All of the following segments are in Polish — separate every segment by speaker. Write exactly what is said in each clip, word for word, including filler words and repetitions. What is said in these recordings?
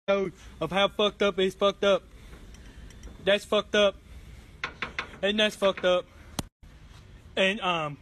Speaker 1: of how fucked up is fucked up. That's fucked up. And that's fucked up. And um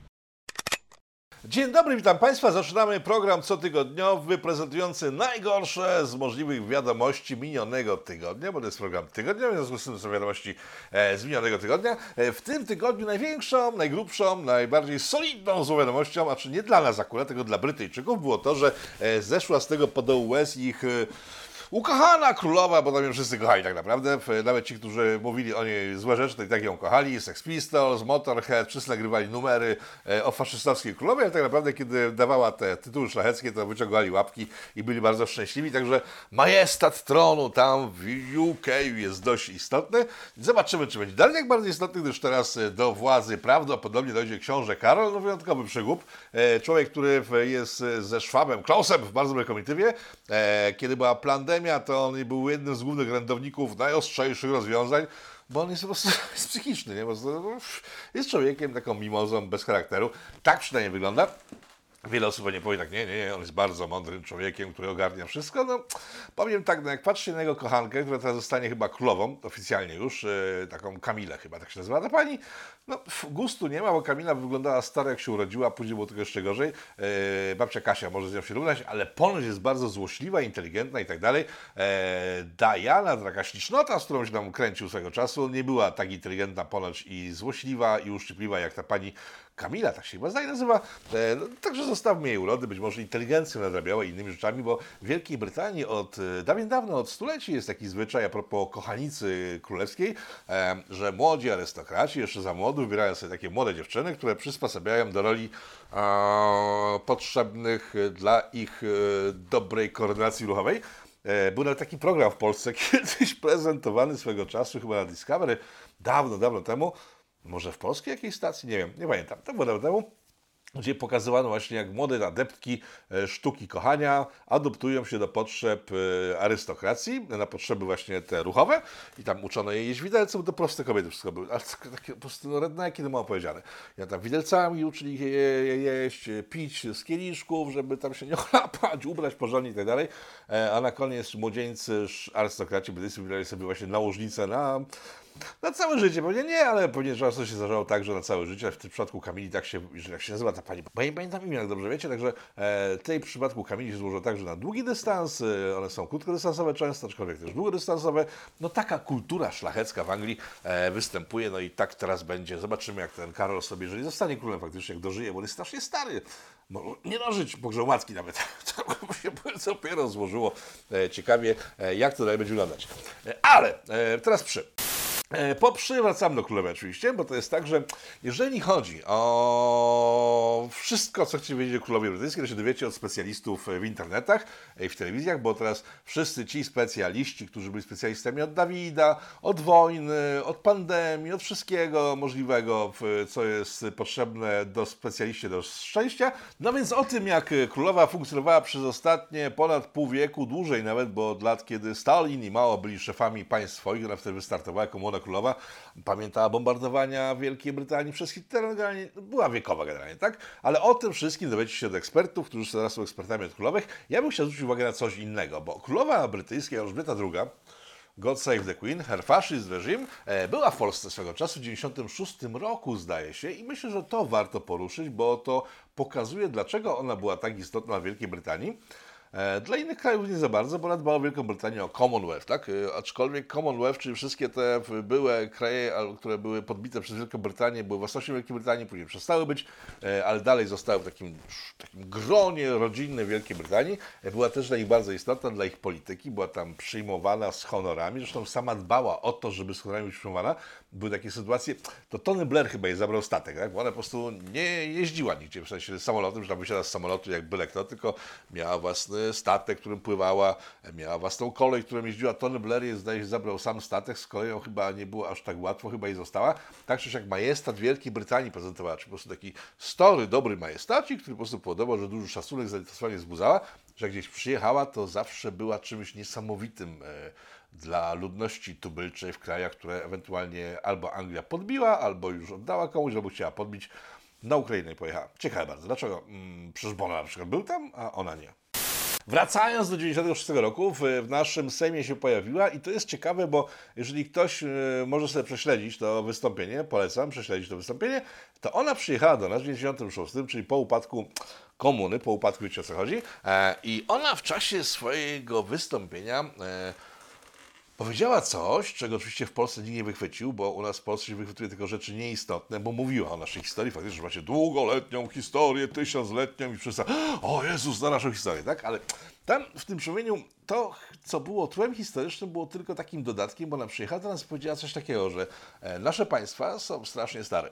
Speaker 2: Dzień dobry, witam Państwa. Zaczynamy program cotygodniowy prezentujący najgorsze z możliwych wiadomości minionego tygodnia, bo to jest program tygodniowy, w związku z tym są wiadomości z minionego tygodnia. W tym tygodniu największą, najgrubszą, najbardziej solidną złą wiadomością, a czy nie dla nas akurat, tylko dla Brytyjczyków, było to, że zeszła z tego podołu łez ich ukochana królowa, bo tam ją wszyscy kochali tak naprawdę. Nawet ci, którzy mówili o niej złe rzeczy, to i tak ją kochali. Sex Pistols, Motorhead, wszyscy nagrywali numery o faszystowskiej królowej, ale tak naprawdę, kiedy dawała te tytuły szlacheckie, to wyciągali łapki i byli bardzo szczęśliwi. Także majestat tronu tam w U K jest dość istotny. Zobaczymy, czy będzie dalej jak bardzo istotny, gdyż teraz do władzy prawdopodobnie dojdzie książę Karol, no wyjątkowy przygłup. Człowiek, który jest ze Szwabem, Klausem w bardzo dobrej komitywie. Kiedy była pandemia, to on był jednym z głównych orędowników najostrzejszych rozwiązań, bo on jest po prostu jest psychiczny, nie? Po prostu jest człowiekiem, taką mimozą bez charakteru. Tak przynajmniej wygląda. Wiele osób nie powie tak, nie, nie, nie, on jest bardzo mądrym człowiekiem, który ogarnia wszystko. No, powiem tak, no jak patrzę na jego kochankę, która teraz zostanie chyba królową, oficjalnie już, yy, taką Kamilę chyba, tak się nazywa ta pani, no gustu nie ma, bo Kamila wyglądała staro jak się urodziła, później było tylko jeszcze gorzej. Yy, babcia Kasia może z nią się równać, ale ponoć jest bardzo złośliwa, inteligentna i tak dalej. Yy, Diana, taka ślicznota, z którą się tam kręcił swego czasu, nie była tak inteligentna ponoć i złośliwa i uszczypliwa jak ta pani Kamila, tak się chyba zdaje nazywa. E, no, także zostawmy jej urody, być może inteligencją nadrabiała innymi rzeczami, bo w Wielkiej Brytanii od dawien dawno, od stuleci jest taki zwyczaj a propos kochanicy królewskiej, e, że młodzi arystokraci, jeszcze za młodu, wybierają sobie takie młode dziewczyny, które przysposabiają do roli e, potrzebnych dla ich e, dobrej koordynacji ruchowej. E, był nawet taki program w Polsce kiedyś prezentowany swego czasu, chyba na Discovery, dawno, dawno temu. Może w polskiej jakiejś stacji? Nie wiem, nie pamiętam. To było dawno temu, gdzie pokazywano właśnie, jak młode adeptki sztuki kochania adoptują się do potrzeb arystokracji, na potrzeby właśnie te ruchowe i tam uczono je jeść widelcem, to proste kobiety wszystko były, ale takie po prostu no, rednecky, to mało powiedziane. Ja tam widelcami uczyli je, je jeść, pić z kieliszków, żeby tam się nie chlapać, ubrać porządnie i tak dalej, a na koniec młodzieńcy arystokraci brytyjscy wybierali sobie właśnie nałożnicę na Na całe życie, pewnie nie, ale pewnie często się zdarzało tak, że na całe życie, w tym przypadku Kamili, tak się, że jak się nazywa ta pani, bo nie pamiętam imienia, jak dobrze wiecie, także e, w tej przypadku Kamili się złożyło tak, że na długi dystans, e, one są krótkodystansowe często, aczkolwiek też długodystansowe, no taka kultura szlachecka w Anglii e, występuje, no i tak teraz będzie, zobaczymy jak ten Karol sobie, jeżeli zostanie królem faktycznie, jak dożyje, bo on jest strasznie stary, może nie dożyć, po gromadzki nawet, to się dopiero złożyło, e, ciekawie e, jak to dalej będzie wyglądać, e, ale e, teraz przy. Po przy wracamy do królowej oczywiście, bo to jest tak, że jeżeli chodzi o wszystko, co chcecie wiedzieć o królowej brytyjskiej, to się dowiecie od specjalistów w internetach i w telewizjach, bo teraz wszyscy ci specjaliści, którzy byli specjalistami od Dawida, od wojny, od pandemii, od wszystkiego możliwego, co jest potrzebne do specjaliście do szczęścia. No więc o tym, jak królowa funkcjonowała przez ostatnie ponad pół wieku, dłużej nawet, bo od lat, kiedy Stalin i Mao byli szefami państw swoich, ona wtedy wystartowała jako młoda królowa, pamiętała bombardowania Wielkiej Brytanii przez Hitlera, generalnie była wiekowa generalnie, tak? Ale o tym wszystkim dowiecie się od ekspertów, którzy teraz są ekspertami od królowych. Ja bym chciał zwrócić uwagę na coś innego, bo królowa brytyjska Elżbieta druga, God Save the Queen, her fascist regime, była w Polsce swego czasu w dziewięćdziesiątym szóstym roku, zdaje się, i myślę, że to warto poruszyć, bo to pokazuje, dlaczego ona była tak istotna w Wielkiej Brytanii. Dla innych krajów nie za bardzo, bo ona dbała o Wielką Brytanię, o Commonwealth, tak? Aczkolwiek Commonwealth, czyli wszystkie te były kraje, które były podbite przez Wielką Brytanię, były własnością Wielkiej Brytanii, później przestały być, ale dalej zostały w takim, takim gronie rodzinnym Wielkiej Brytanii. Była też dla nich bardzo istotna, dla ich polityki, była tam przyjmowana z honorami, zresztą sama dbała o to, żeby z honorami być przyjmowana. Były takie sytuacje, to Tony Blair chyba jej zabrał statek, tak? Bo ona po prostu nie jeździła nigdzie, w sensie samolotem, że tam wysiada z samolotu jak byle kto, tylko miała własny statek, którym pływała, miała własną kolej, którą jeździła. Tony Blair jest, zdaje się, zabrał sam statek, z koleją chyba nie było aż tak łatwo, chyba jej została. Tak czy jak majestat Wielkiej Brytanii prezentowała, czy po prostu taki story, dobry majestacik, który po prostu podobał, że duży szacunek zainteresowanie wzbudzała, że jak gdzieś przyjechała, to zawsze była czymś niesamowitym e, dla ludności tubylczej w krajach, które ewentualnie albo Anglia podbiła, albo już oddała komuś, albo chciała podbić. Na Ukrainę pojechała. Ciekawe bardzo. Dlaczego? Hmm, przecież Bona na przykład był tam, a ona nie. Wracając do dziewięćdziesiątego szóstego roku, w, w naszym Sejmie się pojawiła i to jest ciekawe, bo jeżeli ktoś y, może sobie prześledzić to wystąpienie, polecam prześledzić to wystąpienie, to ona przyjechała do nas w dziewięćdziesiątym szóstym, czyli po upadku komuny, po upadku, wiecie o co chodzi, e, i ona w czasie swojego wystąpienia e, powiedziała coś, czego oczywiście w Polsce nikt nie wychwycił, bo u nas w Polsce się wychwytuje tylko rzeczy nieistotne, bo mówiła o naszej historii, faktycznie, że macie długoletnią historię, tysiącletnią i wszyscy, o Jezus, zna naszą historię, tak? Ale tam w tym przemówieniu to, co było tłem historycznym, było tylko takim dodatkiem, bo ona przyjechała do nas i powiedziała coś takiego, że e, nasze państwa są strasznie stare.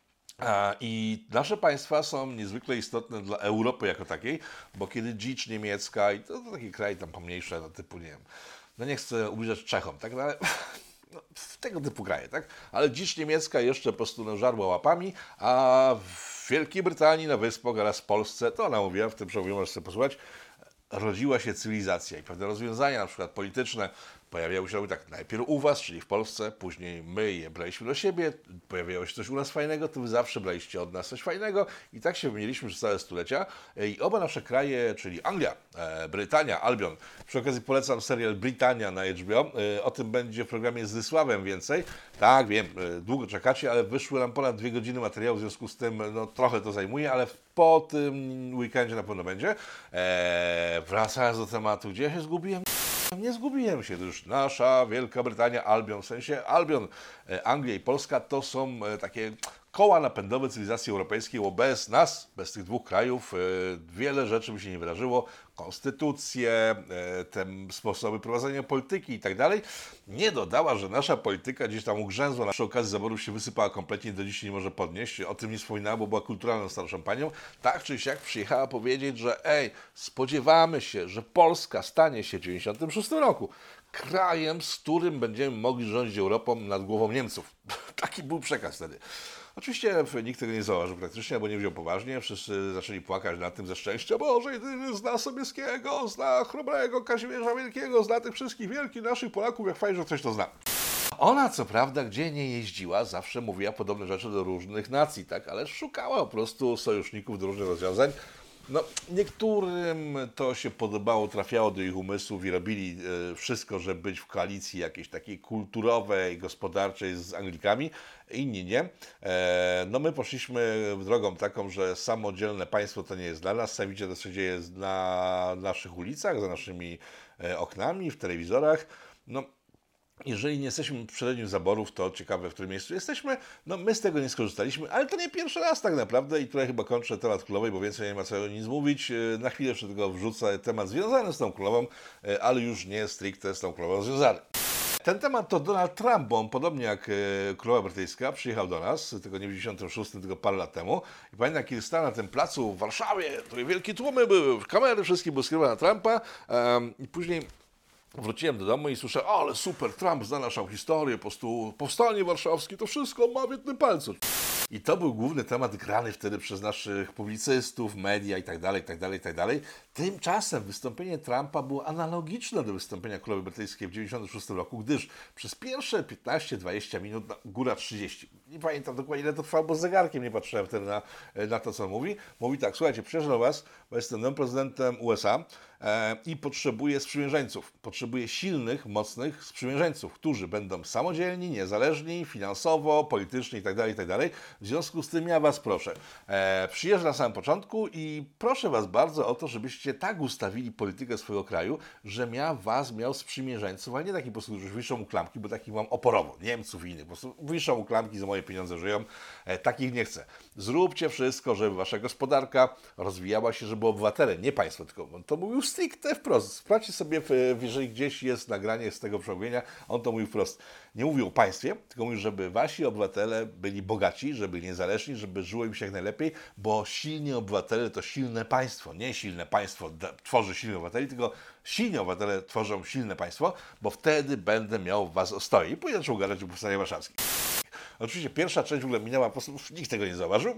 Speaker 2: I nasze państwa są niezwykle istotne dla Europy jako takiej, bo kiedy dzicz niemiecka i to, to taki kraj tam pomniejszy, no typu, nie wiem, no nie chcę ubliżać Czechom, tak, no, ale no, tego typu kraje, tak, ale dzicz niemiecka jeszcze po prostu no, żarła łapami, a w Wielkiej Brytanii, na Wyspach oraz w Polsce, to ona mówiła w tym przemówieniu, możesz sobie posłuchać, rodziła się cywilizacja i pewne rozwiązania, na przykład polityczne, pojawiały się tak najpierw u was, czyli w Polsce, później my je braliśmy do siebie, pojawiało się coś u nas fajnego, to wy zawsze braliście od nas coś fajnego i tak się wymieniliśmy przez całe stulecia. I oba nasze kraje, czyli Anglia, e, Brytania, Albion, przy okazji polecam serial Britannia na H B O, e, o tym będzie w programie z Zysławem więcej. Tak, wiem, e, długo czekacie, ale wyszły nam ponad dwie godziny materiału, w związku z tym no, trochę to zajmuje, ale po tym weekendzie na pewno będzie. E, wracając do tematu, gdzie ja się zgubiłem? Nie zgubiłem się, to już nasza Wielka Brytania, Albion, w sensie Albion, Anglia i Polska to są takie koła napędowe cywilizacji europejskiej, bo bez nas, bez tych dwóch krajów wiele rzeczy by się nie wydarzyło. Konstytucje, te sposoby prowadzenia polityki i tak dalej. Nie dodała, że nasza polityka gdzieś tam ugrzęzła, przy okazji zaborów się wysypała kompletnie, do dziś się nie może podnieść. O tym nie wspominała, bo była kulturalną starszą panią. Tak czy siak przyjechała powiedzieć, że ej, spodziewamy się, że Polska stanie się w dziewięćdziesiątym szóstym roku krajem, z którym będziemy mogli rządzić Europą nad głową Niemców. Taki był przekaz wtedy. Oczywiście nikt tego nie zauważył praktycznie, bo nie wziął poważnie. Wszyscy zaczęli płakać nad tym ze szczęścia. Boże, jedyny zna Sobieskiego, zna Chrobrego, Kazimierza Wielkiego, zna tych wszystkich wielkich naszych Polaków, jak fajnie, że ktoś to zna. Ona, co prawda, gdzie nie jeździła, zawsze mówiła podobne rzeczy do różnych nacji, tak, ale szukała po prostu sojuszników do różnych rozwiązań. No, niektórym to się podobało, trafiało do ich umysłów i robili e, wszystko, żeby być w koalicji jakiejś takiej kulturowej, gospodarczej z Anglikami, inni nie. E, no my poszliśmy drogą taką, że samodzielne państwo to nie jest dla nas. Sami widzicie, to co dzieje na naszych ulicach, za naszymi e, oknami, w telewizorach. No, jeżeli nie jesteśmy w przededniu zaborów, to ciekawe, w którym miejscu jesteśmy. No my z tego nie skorzystaliśmy, ale to nie pierwszy raz tak naprawdę i tutaj chyba kończę temat królowej, bo więcej nie ma co nic mówić. Na chwilę jeszcze tylko wrzucę temat związany z tą królową, ale już nie stricte z tą królową związany. Ten temat to Donald Trump, bo on podobnie jak królowa brytyjska przyjechał do nas, tylko nie w dziewięćdziesiątym szóstym, tylko parę lat temu. I pamiętam, kiedy stał na tym placu w Warszawie, tutaj wielkie tłumy były, kamery wszystkie były skierowane na Trumpa um, i później wróciłem do domu i słyszę, ale super, Trump zna naszą historię, po prostu powstanie warszawskie, to wszystko ma w jednym palcu. I to był główny temat grany wtedy przez naszych publicystów, media itd., itd., itd. Tymczasem wystąpienie Trumpa było analogiczne do wystąpienia królowej brytyjskiej w dziewięćdziesiątym szóstym roku, gdyż przez pierwsze piętnaście dwadzieścia minut, no, góra trzydzieści, nie pamiętam dokładnie ile to trwało, bo z zegarkiem nie patrzyłem wtedy na, na to, co mówi. Mówi tak, słuchajcie, przyjeżdżam do was, bo jestem nowym prezydentem U S A e, i potrzebuję sprzymierzeńców. Potrzebuję silnych, mocnych sprzymierzeńców, którzy będą samodzielni, niezależni, finansowo, politycznie itd., itd. W związku z tym ja was proszę, e, przyjeżdżam na samym początku i proszę was bardzo o to, żebyście tak ustawili politykę swojego kraju, że ja was miał sprzymierzeńców, ale nie taki po prostu, że wiszą u klamki, bo takich mam oporowo, Niemców i innych, po prostu wiszą u klamki, za moje pieniądze żyją, e, takich nie chcę. Zróbcie wszystko, żeby wasza gospodarka rozwijała się, żeby obywatele, nie państwo, tylko on to mówił stricte wprost. Sprawdźcie sobie, jeżeli gdzieś jest nagranie z tego przemówienia, on to mówił wprost. Nie mówił o państwie, tylko mówił, żeby wasi obywatele byli bogaci, żeby byli niezależni, żeby żyło im się jak najlepiej, bo silni obywatele to silne państwo. Nie silne państwo tworzy silnych obywateli, tylko silni obywatele tworzą silne państwo, bo wtedy będę miał was ostoję. I później zaczął gadać o powstaniu warszawskim. Oczywiście pierwsza część w ogóle minęła, po prostu nikt tego nie zauważył.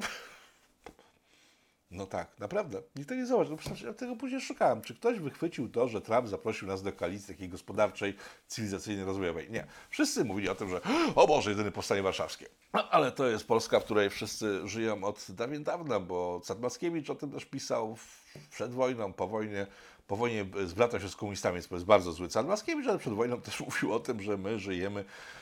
Speaker 2: No tak, naprawdę. Nikt tego nie zauważył. Ja tego później szukałem. Czy ktoś wychwycił to, że Trump zaprosił nas do koalicji takiej gospodarczej, cywilizacyjnej, rozwojowej? Nie. Wszyscy mówili o tym, że o Boże, jedyne powstanie warszawskie. No, ale to jest Polska, w której wszyscy żyją od dawien dawna, bo Cat Mackiewicz o tym też pisał przed wojną, po wojnie. po wojnie zbratał się z komunistami, więc to jest bardzo zły Cad Mackiewicz, ale przed wojną też mówił o tym, że my żyjemy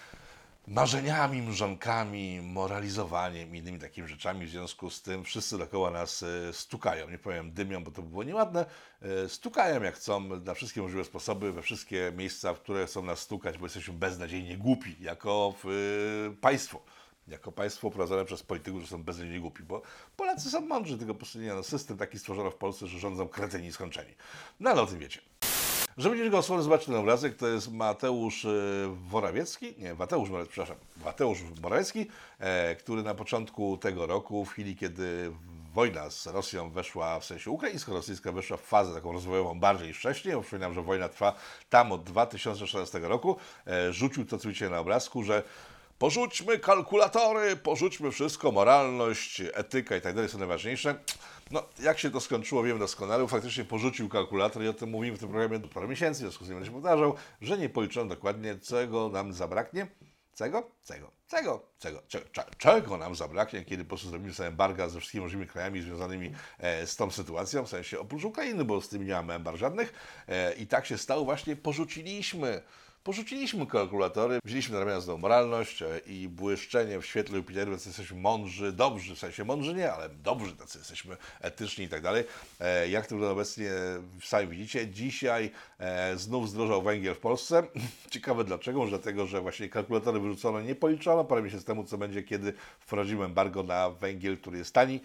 Speaker 2: marzeniami, mrzonkami, moralizowaniem i innymi takimi rzeczami. W związku z tym wszyscy dookoła nas stukają. Nie powiem dymią, bo to by było nieładne. Stukają jak chcą, na wszystkie możliwe sposoby, we wszystkie miejsca, w które chcą nas stukać, bo jesteśmy beznadziejnie głupi jako państwo. Jako państwo prowadzone przez polityków, że są beznadziejnie głupi, bo Polacy są mądrzy, tylko po prostu nie, no, system taki stworzono w Polsce, że rządzą kretyni skończeni. No ale o tym wiecie. Żeby nie go osłony, zobaczcie ten obrazek, to jest Mateusz Morawiecki, nie, Mateusz Morawiecki, przepraszam, Mateusz Morawiecki, e, który na początku tego roku, w chwili kiedy wojna z Rosją weszła, w sensie ukraińsko-rosyjska weszła w fazę taką rozwojową bardziej niż wcześniej, bo przypominam, że wojna trwa tam od dwa tysiące szesnastego roku, e, rzucił to, co widzicie na obrazku, że porzućmy kalkulatory, porzućmy wszystko, moralność, etyka i tak dalej są najważniejsze. No, jak się to skończyło, wiemy doskonale. Faktycznie porzucił kalkulator i o tym mówimy w tym programie do paru miesięcy, w związku z tym będę się powtarzał, że nie policzono dokładnie, czego nam zabraknie. Czego? Czego? Czego? Czego? Czego? Czego nam zabraknie, kiedy po prostu zrobimy sobie embarga ze wszystkimi możliwymi krajami związanymi e, z tą sytuacją, w sensie oprócz Ukrainy, bo z tym nie mamy embarg żadnych. E, I tak się stało, właśnie porzuciliśmy. Porzuciliśmy kalkulatory, wzięliśmy na ramiona znowu moralność i błyszczenie w świetle Jupiteru, tacy jesteśmy mądrzy, dobrzy, w sensie mądrzy nie, ale dobrzy, tacy jesteśmy etyczni i tak dalej. Jak to wygląda obecnie, sami widzicie, dzisiaj e, znów zdrożał węgiel w Polsce. Ciekawe dlaczego, może dlatego, że właśnie kalkulatory wyrzucono, nie policzono parę miesięcy temu, co będzie, kiedy wprowadzimy embargo na węgiel, który jest tani.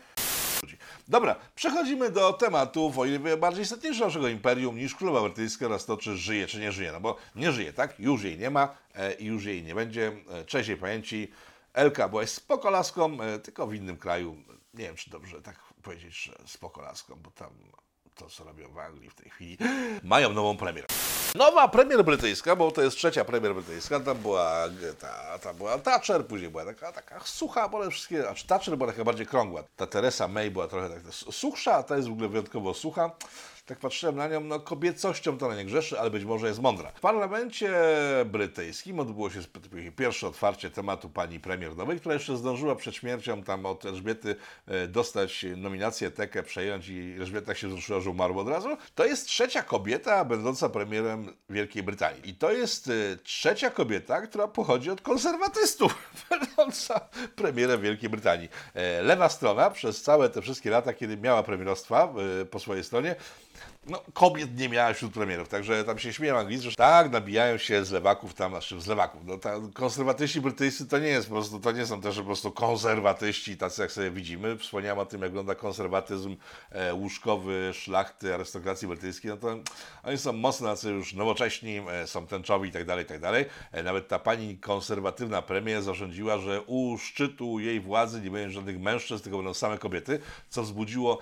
Speaker 2: Dobra, przechodzimy do tematów o ile bardziej istotniejszego naszego imperium niż Królowa Brytyjska oraz to, czy żyje, czy nie żyje. No bo nie żyje, tak? Już jej nie ma e, i już jej nie będzie. E, cześć jej pamięci. Elka byłaś spoko laską, e, tylko w innym kraju. Nie wiem, czy dobrze tak powiedzieć, że spoko laską, bo tam to, co robią w Anglii w tej chwili, mają nową premierę. Nowa premier brytyjska, bo to jest trzecia premier brytyjska, tam była, ta, ta była Thatcher, później była taka, taka sucha, bo wszystkie, a Thatcher była taka bardziej krągła. Ta Theresa May była trochę tak suchsza, a ta jest w ogóle wyjątkowo sucha. Tak patrzyłem na nią, no kobiecością to ona nie grzeszy, ale być może jest mądra. W parlamencie brytyjskim odbyło się pierwsze otwarcie tematu pani premier nowej, która jeszcze zdążyła przed śmiercią tam od Elżbiety dostać nominację, tekę przejąć i Elżbieta się wzruszyła, że umarła od razu. To jest trzecia kobieta będąca premierem Wielkiej Brytanii. I to jest trzecia kobieta, która pochodzi od konserwatystów, będąca premierem Wielkiej Brytanii. Lewa strona przez całe te wszystkie lata, kiedy miała premierostwa po swojej stronie, no, kobiet nie miała wśród premierów, także tam się śmieją Anglicy, że tak, nabijają się z lewaków tam, znaczy z lewaków. No, ta, konserwatyści brytyjscy to nie jest po prostu, to nie są też po prostu konserwatyści, tacy jak sobie widzimy. Wspomniałem o tym, jak wygląda konserwatyzm e, łóżkowy szlachty, arystokracji brytyjskiej, no to oni są mocno tacy już nowocześni, e, są tęczowi i tak dalej, i tak dalej. E, nawet ta pani konserwatywna premier zarządziła, że u szczytu jej władzy nie będzie żadnych mężczyzn, tylko będą same kobiety, co wzbudziło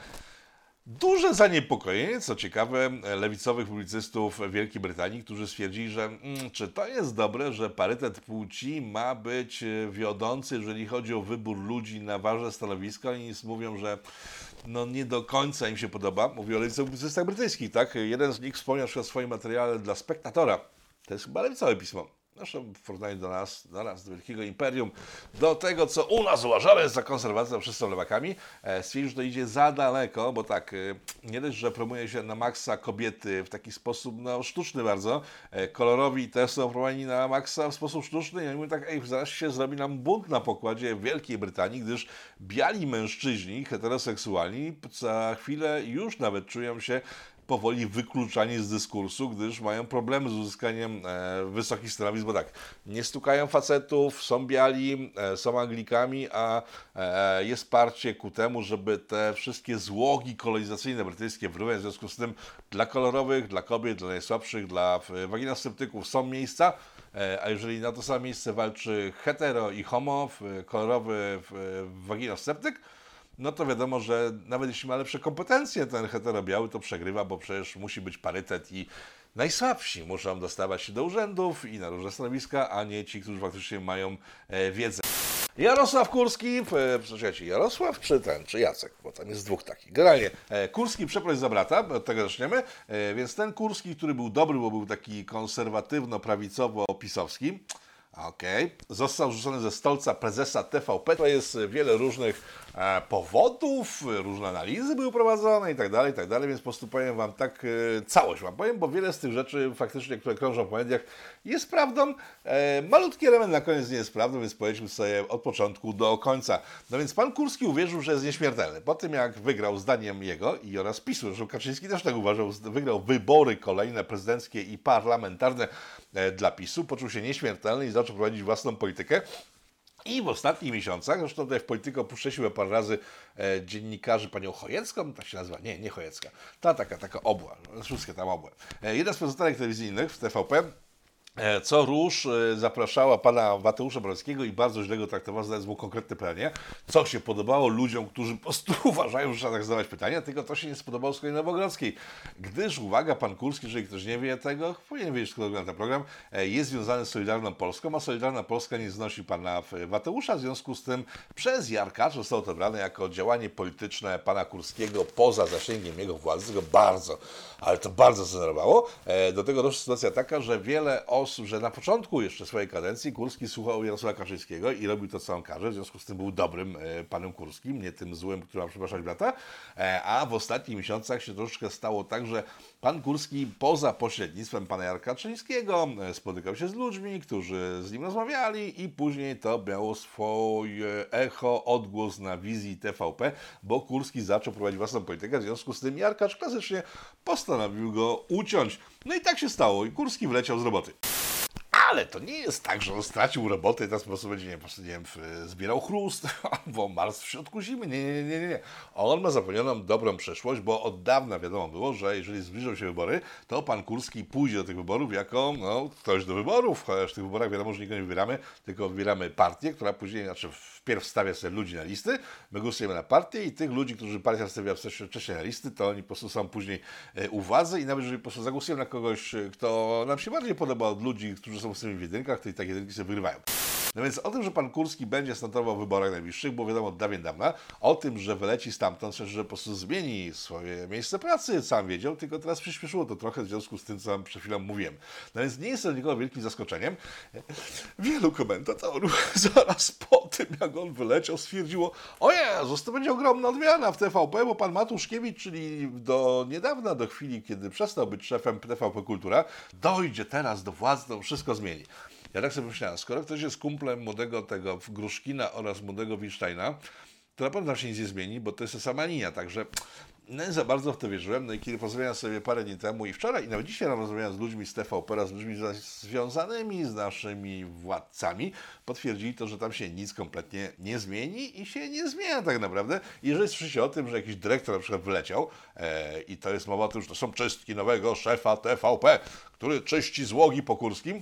Speaker 2: duże zaniepokojenie, co ciekawe, lewicowych publicystów Wielkiej Brytanii, którzy stwierdzili, że mm, czy to jest dobre, że parytet płci ma być wiodący, jeżeli chodzi o wybór ludzi na ważne stanowiska. Oni mówią, że no nie do końca im się podoba. Mówię o lewicowych publicystach brytyjskich, tak? Jeden z nich wspomniał w swoim materiale dla Spektatora. To jest chyba lewicowe pismo. Zresztą w porównaniu do nas, do nas, do wielkiego imperium, do tego, co u nas uważane jest za konserwację, to wszyscy są lewakami, stwierdził, że to idzie za daleko, bo tak, nie dość, że promuje się na maksa kobiety w taki sposób no, sztuczny bardzo, kolorowi też są promowani na maksa w sposób sztuczny i oni mówią tak, ej, zaraz się zrobi nam bunt na pokładzie Wielkiej Brytanii, gdyż biali mężczyźni heteroseksualni za chwilę już nawet czują się powoli wykluczani z dyskursu, gdyż mają problemy z uzyskaniem e, wysokich stanowisk, bo tak, nie stukają facetów, są biali, e, są Anglikami, a e, jest parcie ku temu, żeby te wszystkie złogi kolonizacyjne brytyjskie wyrwać. W związku z tym dla kolorowych, dla kobiet, dla najsłabszych, dla waginosceptyków są miejsca, e, a jeżeli na to samo miejsce walczy hetero i homo, kolorowy waginosceptyk, no to wiadomo, że nawet jeśli ma lepsze kompetencje, ten hetero-biały to przegrywa, bo przecież musi być parytet i najsłabsi muszą dostawać się do urzędów i na różne stanowiska, a nie ci, którzy faktycznie mają e, wiedzę. Jarosław Kurski, e, słuchajcie, Jarosław czy ten, czy Jacek, bo tam jest dwóch takich. Generalnie e, Kurski przeproś za brata, od tego zaczniemy, e, więc ten Kurski, który był dobry, bo był taki konserwatywno-prawicowo-pisowski, Okej. Okay. Został rzucony ze stolca prezesa T V P. To jest wiele różnych e, powodów, różne analizy były prowadzone i tak dalej, i tak dalej, więc po prostu powiem Wam tak, e, całość Wam powiem, bo wiele z tych rzeczy faktycznie, które krążą po mediach, jest prawdą. E, malutki element na koniec nie jest prawdą, więc powiedzmy sobie od początku do końca. No więc pan Kurski uwierzył, że jest nieśmiertelny. Po tym jak wygrał zdaniem jego i oraz PiSu, że Kaczyński też tak uważał, wygrał wybory kolejne prezydenckie i parlamentarne e, dla PiSu, poczuł się nieśmiertelny i zaczął prowadzić własną politykę. I w ostatnich miesiącach, zresztą tutaj w Polityko puszczaliśmy parę razy e, dziennikarzy, panią Chojecką, tak się nazywa, nie, nie Chojecka, ta taka, taka obła, wszystkie tam obłe. E, jedna z prezentatek telewizyjnych w T V P co róż zapraszała pana Mateusza Morawieckiego i bardzo źle go traktowała, zadając mu konkretne pytanie, co się podobało ludziom, którzy po prostu uważają, że trzeba tak zadawać pytania, tylko to się nie spodobało z kolei Nowogrodzkiej. Gdyż, uwaga, pan Kurski, jeżeli ktoś nie wie tego, powinien wiedzieć, kto ogląda ten program, jest związany z Solidarną Polską, a Solidarna Polska nie znosi pana Mateusza, w związku z tym przez Jarka zostało to brane jako działanie polityczne pana Kurskiego poza zasięgiem jego władzy, go bardzo, ale to bardzo zdenerwowało. Do tego doszła sytuacja taka, że wiele osób, że na początku jeszcze swojej kadencji Kurski słuchał Jarosława Kaczyńskiego i robił to, co on każe, w związku z tym był dobrym e, panem Kurskim, nie tym złym, który ma przepraszać brata, e, a w ostatnich miesiącach się troszeczkę stało tak, że pan Kurski poza pośrednictwem pana Jarka Kaczyńskiego e, spotykał się z ludźmi, którzy z nim rozmawiali i później to miało swoje echo, odgłos na wizji T V P, bo Kurski zaczął prowadzić własną politykę, w związku z tym Jarkacz klasycznie postanowił go uciąć. No i tak się stało i Kurski wleciał z roboty. Ale to nie jest tak, że on stracił robotę i teraz po prostu będzie, nie, po prostu, nie wiem, zbierał chrust albo marzł w środku zimy. Nie, nie, nie, nie, nie. On ma zapewnioną dobrą przyszłość, bo od dawna wiadomo było, że jeżeli zbliżą się wybory, to pan Kurski pójdzie do tych wyborów jako no, ktoś do wyborów, chociaż w tych wyborach wiadomo, że nikogo nie wybieramy, tylko wybieramy partię, która później, znaczy wpierw stawia sobie ludzi na listy, my głosujemy na partię i tych ludzi, którzy partia stawia wcześniej na listy, to oni po prostu są później u władzy i nawet jeżeli po prostu zagłosujemy na kogoś, kto nam się bardziej podoba od ludzi, którzy są w w jedynkach, to i takie jedynki sobie wygrywają. No więc o tym, że pan Kurski będzie startował w wyborach najbliższych, było wiadomo od dawien dawna. O tym, że wyleci stamtąd, że po prostu zmieni swoje miejsce pracy, sam wiedział, tylko teraz przyspieszyło to trochę w związku z tym, co wam przed chwilą mówiłem. No więc nie jest to nikogo wielkim zaskoczeniem. Wielu komentatorów zaraz po tym, jak on wyleciał, stwierdziło: o Jezus, to będzie ogromna odmiana w T V P, bo pan Matuszkiewicz, czyli do niedawna, do chwili, kiedy przestał być szefem T V P Kultura, dojdzie teraz do władzy, to wszystko zmieni. Ja tak sobie myślałem, skoro ktoś jest kumplem młodego tego Gruszkina oraz młodego Wilsteina, to na pewno się nic nie zmieni, bo to jest ta sama linia, także no nie za bardzo w to wierzyłem. No i kiedy porozmawiałem sobie parę dni temu i wczoraj, i nawet dzisiaj rozmawiałem z ludźmi z T V P, z ludźmi związanymi z naszymi władcami, potwierdzili to, że tam się nic kompletnie nie zmieni i się nie zmienia tak naprawdę. I jeżeli słyszycie o tym, że jakiś dyrektor na przykład wyleciał e, i to jest mowa o tym, że to są czystki nowego szefa T V P, który czyści złogi po Kurskim,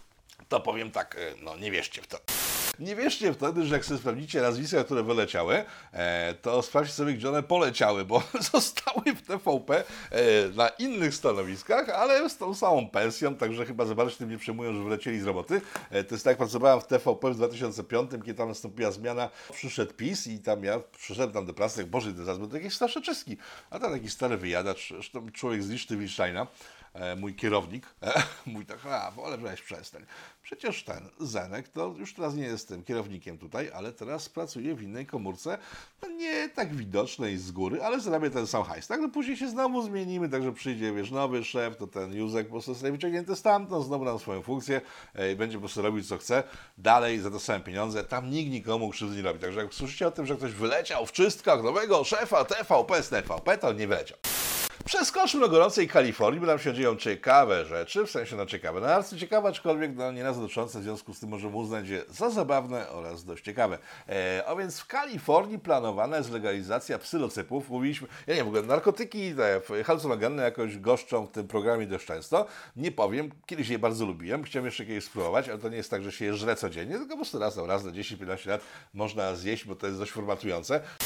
Speaker 2: to powiem tak, no nie wierzcie w to. Nie wierzcie wtedy, że jak sobie sprawdzicie nazwiska, które wyleciały, e, to sprawdźcie sobie, gdzie one poleciały, bo zostały w T V P e, na innych stanowiskach, ale z tą samą pensją, także chyba za bardzo się tym nie przejmują, że wylecieli z roboty. E, to jest tak, jak pracowałem w T V P w dwa tysiące piątym, kiedy tam nastąpiła zmiana, przyszedł PiS i tam ja przyszedłem tam do pracy, jak Boże, to zaraz będą jakieś starsze czystki, a tam jakiś stary wyjadacz, zresztą człowiek z liczby Wilsteina, mój kierownik, mój tak, a wolę weź przestań. Przecież ten Zenek to już teraz nie jest tym kierownikiem tutaj, ale teraz pracuje w innej komórce, no nie tak widocznej z góry, ale zarabia ten sam hajs. Tak, no później się znowu zmienimy, także przyjdzie, wiesz, nowy szef, to ten Józek po prostu zostanie wyciągnięty stamtąd, znowu na swoją funkcję i będzie po prostu robić co chce, dalej za te same pieniądze, tam nikt nikomu krzywdy nie robi. Także jak słyszycie o tym, że ktoś wyleciał w czystkach nowego szefa T V P z T V P, to nie wyleciał. Przeskoczmy do gorącej Kalifornii, bo tam się dzieją ciekawe rzeczy, w sensie no ciekawe, no arcyciekawe, aczkolwiek no, nie nas dotyczące, w związku z tym możemy uznać je za zabawne oraz dość ciekawe. E, a więc w Kalifornii planowana jest legalizacja psylocypów. Mówiliśmy, ja nie wiem, w ogóle narkotyki te halucynogenne jakoś goszczą w tym programie dość często. Nie powiem, kiedyś je bardzo lubiłem, chciałem jeszcze kiedyś spróbować, ale to nie jest tak, że się je żre codziennie, tylko po prostu raz na raz na dziesięć piętnaście lat można zjeść, bo to jest dość formatujące.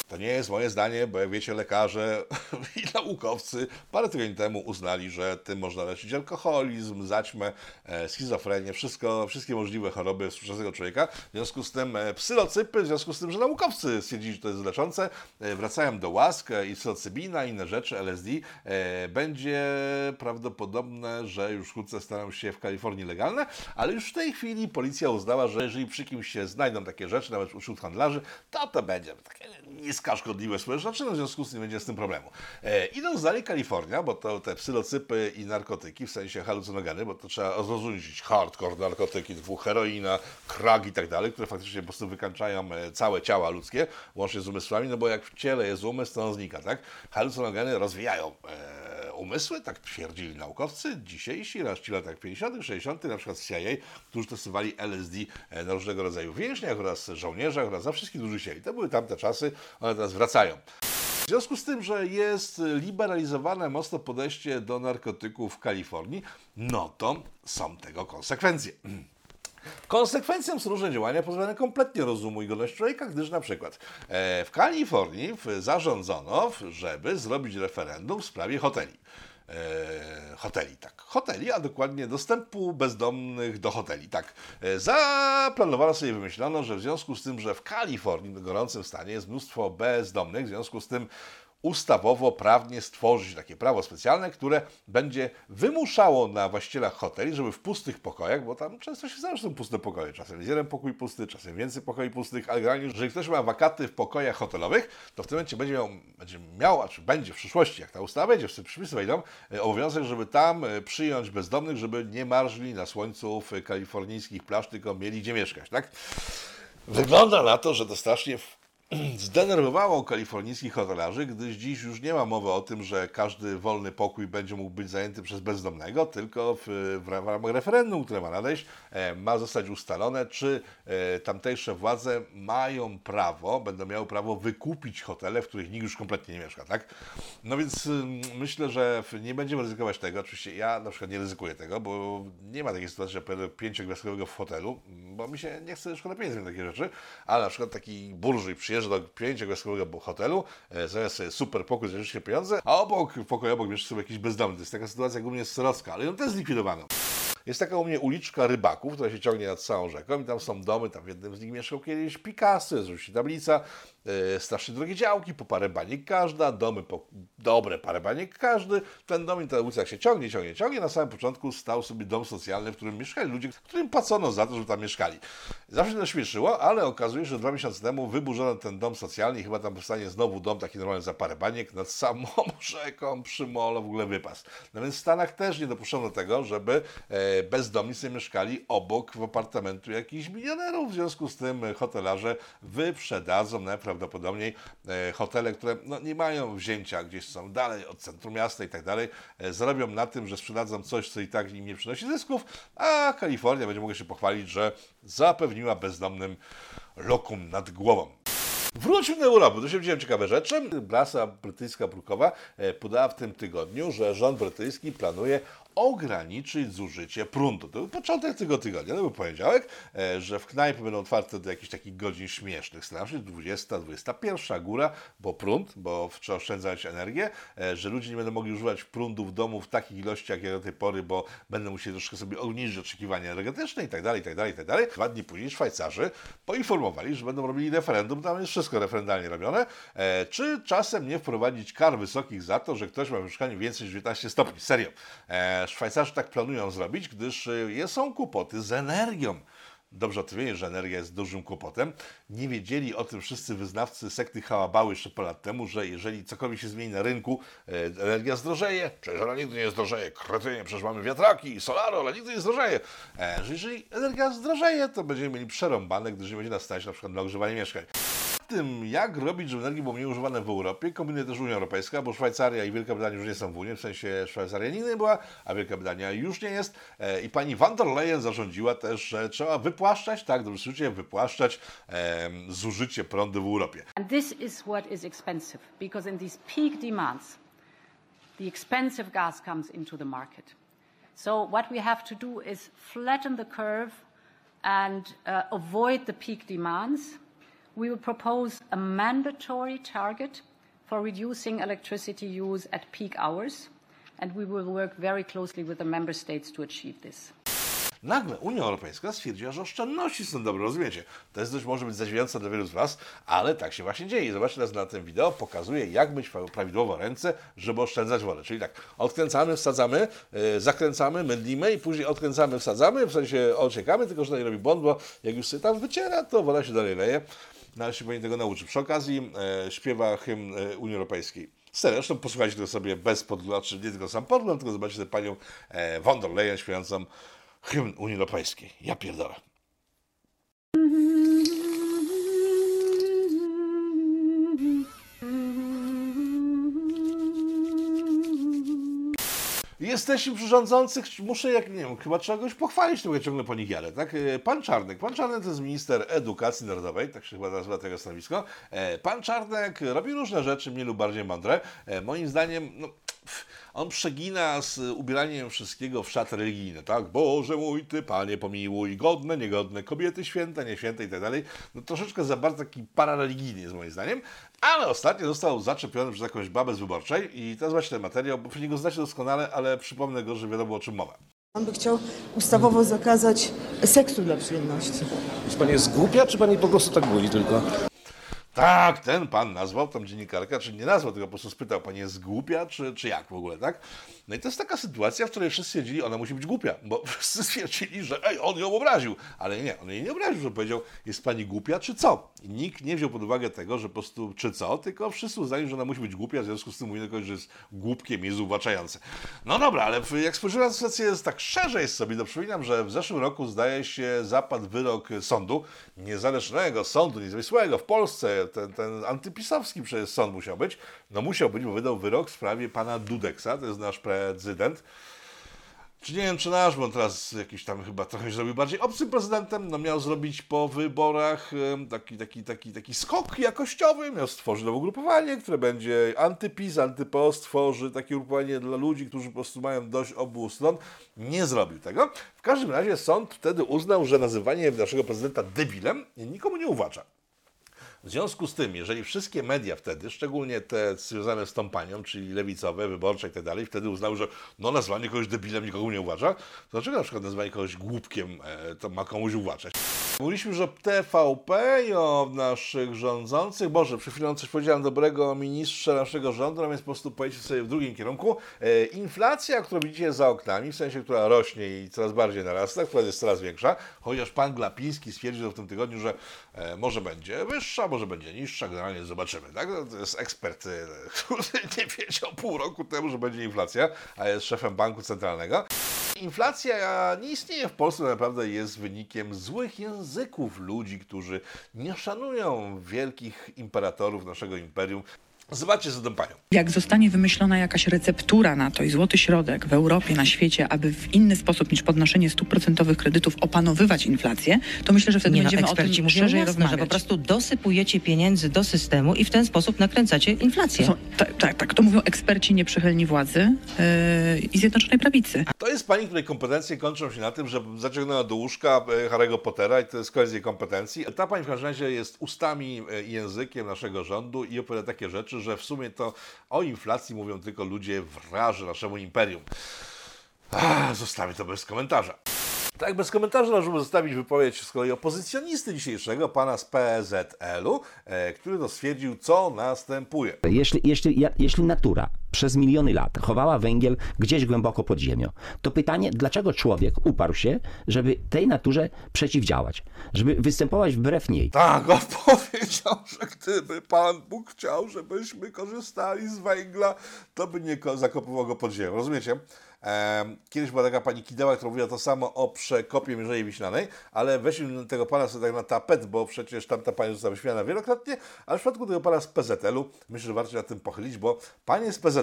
Speaker 2: To nie jest moje zdanie, bo jak wiecie, lekarze i naukowcy parę tygodni temu uznali, że tym można leczyć alkoholizm, zaćmę, schizofrenię, wszystko, wszystkie możliwe choroby współczesnego człowieka. W związku z tym psylocypy, w związku z tym, że naukowcy stwierdzili, że to jest leczące, wracają do łask i psylocybina, inne rzeczy, L S D. Będzie prawdopodobne, że już wkrótce staną się w Kalifornii legalne, ale już w tej chwili policja uznała, że jeżeli przy kimś się znajdą takie rzeczy, nawet wśród handlarzy, to to będzie takie niska szkodliwe społeczne, no w związku z tym nie będzie z tym problemu. E, idąc dalej Kalifornia, bo to te psylocypy i narkotyki, w sensie halucynogeny, bo to trzeba rozróżnić hardcore narkotyki, typu heroina, crack i tak dalej, które faktycznie po prostu wykańczają całe ciała ludzkie, łącznie z umysłami, no bo jak w ciele jest umysł, to on znika, tak? Halucynogeny rozwijają e, umysły, tak twierdzili naukowcy dzisiejsi, raz w latach pięćdziesiątych, sześćdziesiątych, na przykład z C I A, którzy testowali L S D na różnego rodzaju więźniach oraz żołnierzach oraz na wszystkich, którzy chcieli. To były tamte czasy, one teraz wracają. W związku z tym, że jest liberalizowane mocno podejście do narkotyków w Kalifornii, no to są tego konsekwencje. Konsekwencją są różne działania pozbawione kompletnie rozumu i godności człowieka, gdyż na przykład e, w Kalifornii zarządzono, żeby zrobić referendum w sprawie hoteli. E, hoteli, tak. Hoteli, a dokładnie dostępu bezdomnych do hoteli, tak. E, zaplanowano sobie, wymyślono, że w związku z tym, że w Kalifornii, w gorącym stanie, jest mnóstwo bezdomnych, w związku z tym ustawowo, prawnie stworzyć takie prawo specjalne, które będzie wymuszało na właścicielach hoteli, żeby w pustych pokojach, bo tam często się zdarza, że są puste pokoje, czasem jest jeden pokój pusty, czasem więcej pokoi pustych, ale generalnie, jeżeli ktoś ma wakaty w pokojach hotelowych, to w tym momencie będzie miał, będzie miał, a czy będzie w przyszłości, jak ta ustawa będzie, w przepisy wejdą, obowiązek, żeby tam przyjąć bezdomnych, żeby nie marzli na słońcu w kalifornijskich plaż, tylko mieli gdzie mieszkać, tak? Wygląda na to, że to strasznie zdenerwowało kalifornijskich hotelarzy, gdyż dziś już nie ma mowy o tym, że każdy wolny pokój będzie mógł być zajęty przez bezdomnego, tylko w, w ramach referendum, które ma nadejść, e, ma zostać ustalone, czy e, tamtejsze władze mają prawo, będą miały prawo wykupić hotele, w których nikt już kompletnie nie mieszka, tak? No więc y, myślę, że nie będziemy ryzykować tego. Oczywiście ja na przykład nie ryzykuję tego, bo nie ma takiej sytuacji, że pojadę pięciogwiazdkowego w hotelu, bo mi się nie chce szkoda pieniędzy na takie rzeczy, ale na przykład taki burżuj przyjeżdża do pięciogwiazdkowego hotelu, e, zamiast sobie super pokój, zajrzysz się pieniądze, a obok, w pokoju obok mieszka sobie jakiś bezdomny. To jest taka sytuacja, jak u mnie jest Srocka, ale ją też zlikwidowano. Jest taka u mnie uliczka Rybaków, która się ciągnie nad całą rzeką i tam są domy, tam w jednym z nich mieszkał kiedyś Picasso, jest oczywiście tablica, yy, strasznie drogie działki, po parę baniek każda, domy po dobre parę baniek każdy. Ten dom i ta ulica jak się ciągnie, ciągnie, ciągnie. Na samym początku stał sobie dom socjalny, w którym mieszkali ludzie, którym płacono za to, żeby tam mieszkali. Zawsze to śmieszyło, ale okazuje się, że dwa miesiące temu wyburzono ten dom socjalny i chyba tam powstanie znowu dom taki normalny za parę baniek nad samą rzeką przy molo, w ogóle wypas. No więc w Stanach też nie dopuszczono tego, żeby e, bezdomni sobie mieszkali obok w apartamentu jakichś milionerów. W związku z tym hotelarze wyprzedadzą najprawdopodobniej e, hotele, które no, nie mają wzięcia, gdzieś są dalej od centrum miasta i tak dalej. E, zarobią na tym, że sprzedadzą coś, co i tak im nie przynosi zysków, a Kalifornia będzie mogła się pochwalić, że zapewniła bezdomnym lokum nad głową. Wróćmy do Europy. Tu się widziałem ciekawe rzeczy. Prasa brytyjska brukowa podała w tym tygodniu, że rząd brytyjski planuje ograniczyć zużycie prądu. To był początek tego tygodnia, to był poniedziałek, że w knajpy będą otwarte do jakichś takich godzin śmiesznych. Staram się dwudziesta, dwudziesta pierwsza góra, bo prąd, bo trzeba oszczędzać energię, że ludzie nie będą mogli używać prądu w domu w takich ilościach jak do tej pory, bo będą musieli troszkę sobie obniżyć oczekiwania energetyczne i tak dalej, i tak dalej, i tak dalej. Dwa dni później Szwajcarzy poinformowali, że będą robili referendum, tam jest wszystko referendalnie robione, czy czasem nie wprowadzić kar wysokich za to, że ktoś ma w mieszkaniu więcej niż dziewiętnaście stopni. Serio. Szwajcarzy tak planują zrobić, gdyż są kłopoty z energią. Dobrze o tym wiecie, że energia jest dużym kłopotem. Nie wiedzieli o tym wszyscy wyznawcy sekty Hałabały jeszcze parę lat temu, że jeżeli cokolwiek się zmieni na rynku, energia zdrożeje. Przecież ona nigdy nie zdrożeje. Kretynie, przecież mamy wiatraki i solaro, ale nigdy nie zdrożeje. Że jeżeli energia zdrożeje, to będziemy mieli przerąbane, gdyż nie będzie nas stać na przykład na ogrzewanie mieszkań. Tym, jak robić, żeby energia była mniej używana w Europie, kombinuje też Unia Europejska, bo Szwajcaria i Wielka Brytania już nie są w Unii, w sensie Szwajcaria nigdy nie była, a Wielka Brytania już nie jest. I pani van der Leyen zarządziła też, że trzeba wypłaszczać, tak, dobrze słyszycie, wypłaszczać e, zużycie prądu w Europie.
Speaker 3: And this is what is expensive, because in these peak demands, the expensive gas comes into the market. So what we have to do is flatten the curve and uh, avoid the peak demands. we will propose a mandatory target for reducing electricity use at peak hours, and we will work very closely with the member states to achieve this.
Speaker 2: Nagle Unia Europejska stwierdziła, że oszczędności są dobre, rozumiecie? To jest dość może być zadziwiające dla wielu z Was, ale tak się właśnie dzieje. Zobaczcie teraz na tym wideo, pokazuje jak myć prawidłowo ręce, żeby oszczędzać wodę. Czyli tak, odkręcamy, wsadzamy, yy, zakręcamy, mydlimy i później odkręcamy, wsadzamy, w sensie ociekamy, tylko że to nie robi błąd, bo jak już sobie tam wyciera, to woda się dalej leje. No ale się powinien tego nauczyć. Przy okazji yy, śpiewa hymn yy, Unii Europejskiej. Serio, zresztą posłuchajcie tego sobie bez podglądu, nie tylko sam podgląd, tylko zobaczcie tę panią e, von der Leyen śpiewającą hymn Unii Europejskiej. Ja pierdolę. Jesteśmy przy rządzących, muszę, jak nie wiem, chyba trzeba kogoś pochwalić, to ciągle po nich jadę, tak? Pan Czarnek. Pan Czarnek to jest minister edukacji narodowej, tak się chyba nazywa tego stanowisko. Pan Czarnek robi różne rzeczy, mniej lub bardziej mądre. Moim zdaniem, no, on przegina z ubieraniem wszystkiego w szat religijny, tak? Boże mój, Ty, Panie pomiłuj, godne, niegodne, kobiety święte, nieświęte i tak dalej. No troszeczkę za bardzo taki parareligijny jest moim zdaniem, ale ostatnio został zaczepiony przez jakąś babę z Wyborczej i teraz właśnie ten materiał, bo pewnie go znacie doskonale, ale przypomnę go, że wiadomo o czym mowa.
Speaker 4: On by chciał ustawowo zakazać seksu dla przyjemności.
Speaker 5: Czy pani jest głupia, czy pani po prostu tak mówi tylko?
Speaker 2: Tak, ten pan nazwał, tam dziennikarka, czy nie nazwał, tylko po prostu spytał, pani jest głupia, czy, czy jak w ogóle, tak? No i to jest taka sytuacja, w której wszyscy stwierdzili, ona musi być głupia, bo wszyscy stwierdzili, że ej, on ją obraził, ale nie, on jej nie obraził, że powiedział, jest pani głupia, czy co? I nikt nie wziął pod uwagę tego, że po prostu, czy co, tylko wszyscy uznali, że ona musi być głupia, w związku z tym mówili tylko, że jest głupkiem, jest uwaczające. No dobra, ale jak spojrzymy na sytuację tak szerzej sobie, to przypominam, że w zeszłym roku, zdaje się, zapadł wyrok sądu, niezależnego sądu, niezawisłego w Polsce, ten, ten antypisowski przecież sąd musiał być, no musiał być, bo wydał wyrok w sprawie pana Dudeksa, to jest nasz prezydent. Czy nie wiem, czy nasz, bo on teraz jakiś tam chyba trochę zrobił bardziej obcym prezydentem, no miał zrobić po wyborach taki, taki, taki, taki skok jakościowy, miał stworzyć nowe ugrupowanie, które będzie antyPiS, antyPO, stworzy takie ugrupowanie dla ludzi, którzy po prostu mają dość obu stron. Nie zrobił tego. W każdym razie sąd wtedy uznał, że nazywanie naszego prezydenta debilem nikomu nie uwacza. W związku z tym, jeżeli wszystkie media wtedy, szczególnie te związane z tą panią, czyli lewicowe, wyborcze i tak dalej, wtedy uznały, że no nazwanie kogoś debilem nikogo nie uważa, to dlaczego na przykład nazwanie kogoś głupkiem e, to ma komuś uważać? Mówiliśmy, że T V P i o naszych rządzących, Boże, przed chwilą coś powiedziałem dobrego o ministrze naszego rządu, no więc po prostu pojedźcie sobie w drugim kierunku. E, inflacja, którą widzicie za oknami, w sensie, która rośnie i coraz bardziej narasta, która jest coraz większa, chociaż pan Glapiński stwierdził w tym tygodniu, że e, może będzie wyższa, może będzie niższa, generalnie zobaczymy, tak? To jest ekspert, który nie wiedział pół roku temu, że będzie inflacja, a jest szefem banku centralnego. Inflacja nie istnieje w Polsce, naprawdę jest wynikiem złych języków ludzi, którzy nie szanują wielkich imperatorów naszego imperium. Zobaczcie z tą panią.
Speaker 6: Jak zostanie wymyślona jakaś receptura na to i złoty środek w Europie, na świecie, aby w inny sposób niż podnoszenie stóp procentowych kredytów opanowywać inflację, to myślę, że wtedy
Speaker 7: Nie, no,
Speaker 6: będziemy o tym
Speaker 7: mówią
Speaker 6: szerzej
Speaker 7: jasno,
Speaker 6: rozmawiać.
Speaker 7: że po prostu dosypujecie pieniędzy do systemu i w ten sposób nakręcacie inflację.
Speaker 6: Są, tak, tak, tak, to mówią eksperci nieprzychylni władzy yy, i Zjednoczonej Prawicy.
Speaker 2: To jest pani, której kompetencje kończą się na tym, że zaciągnęła do łóżka Harry'ego Pottera i to jest koniec jej kompetencji. Ta pani w każdym razie jest ustami i językiem naszego rządu i opowiada takie rzeczy, że w sumie to o inflacji mówią tylko ludzie wraży naszemu imperium. Ach, zostawię to bez komentarza. Tak, bez komentarza możemy zostawić wypowiedź z kolei opozycjonisty dzisiejszego, pana z P Z L-u, e, który to stwierdził, co następuje.
Speaker 8: Jeśli, jeśli, jeśli natura przez miliony lat chowała węgiel gdzieś głęboko pod ziemią, to pytanie, dlaczego człowiek uparł się, żeby tej naturze przeciwdziałać, żeby występować wbrew niej.
Speaker 2: Tak, on powiedział, że gdyby Pan Bóg chciał, żebyśmy korzystali z węgla, to by nie zakopywał go pod ziemią. Rozumiecie? Kiedyś była taka pani Kideła, która mówiła to samo o przekopie Mierzei Wiślanej, ale weźmy tego pana sobie tak na tapet, bo przecież tamta pani została wyśmiana wielokrotnie, ale w przypadku tego pana z P Z L-u myślę, że warto się nad tym pochylić, bo pan jest z P Z L-u.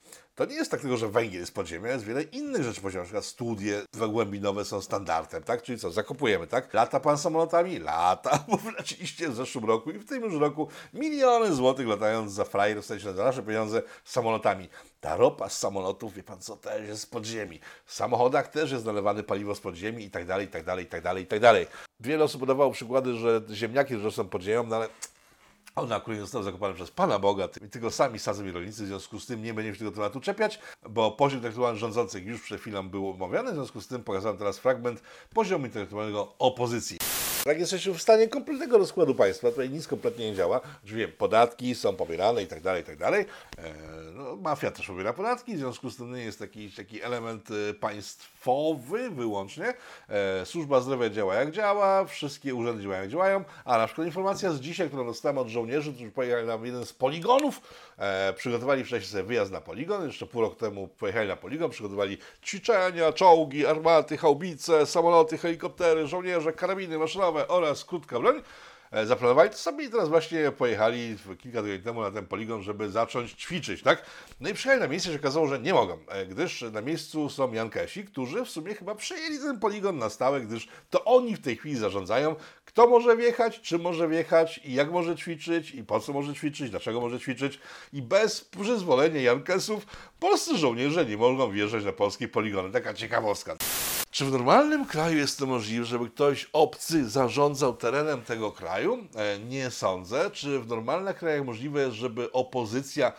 Speaker 2: to nie jest tak tylko, że węgiel jest podziemia, jest wiele innych rzeczy podziemia, na przykład studie głębinowe są standardem, tak? Czyli co, zakopujemy, tak? Lata pan samolotami? Lata, bo wleciliście w zeszłym roku i w tym już roku miliony złotych latając za frajer, w sensie za nasze pieniądze samolotami. Ta ropa z samolotów, wie pan co, też jest z podziemi. W samochodach też jest nalewane paliwo z podziemi i tak dalej, i tak dalej, i tak dalej, i tak dalej. Wiele osób podawało przykłady, że ziemniaki rosną pod ziemią, no ale one akurat zostały zakopane przez Pana Boga i tylko sami sadzą i rolnicy, w związku z tym nie będziemy się tego tematu czepiać, bo poziom intelektualny rządzących już przed chwilą był omawiany, w związku z tym pokazałem teraz fragment poziomu intelektualnego opozycji. Tak, jesteśmy w stanie kompletnego rozkładu państwa, tutaj nic kompletnie nie działa. Wiem, podatki są pobierane i tak dalej, i tak dalej. E, no, mafia też pobiera podatki, w związku z tym nie jest taki, taki element państwowy wyłącznie. E, służba zdrowia działa jak działa, wszystkie urzędy działają jak działają, a na przykład informacja z dzisiaj, którą dostałem od żołnierzy, którzy pojechali na jeden z poligonów, e, przygotowali wcześniej sobie wyjazd na poligon, jeszcze pół roku temu pojechali na poligon, przygotowali ćwiczenia, czołgi, armaty, haubice, samoloty, helikoptery, żołnierze, karabiny maszynowe oraz krótka broń. Zaplanowali to sobie i teraz właśnie pojechali kilka tygodni temu na ten poligon, żeby zacząć ćwiczyć, tak? No i przyjechali na miejsce, się okazało, że nie mogą, gdyż na miejscu są Jankesi, którzy w sumie chyba przejęli ten poligon na stałe, gdyż to oni w tej chwili zarządzają, kto może wjechać, czy może wjechać i jak może ćwiczyć i po co może ćwiczyć, dlaczego może ćwiczyć i bez przyzwolenia Jankesów polscy żołnierze nie mogą wjeżdżać na polskie poligony. Taka ciekawostka. Czy w normalnym kraju jest to możliwe, żeby ktoś obcy zarządzał terenem tego kraju? E, nie sądzę. Czy w normalnych krajach możliwe jest, żeby opozycja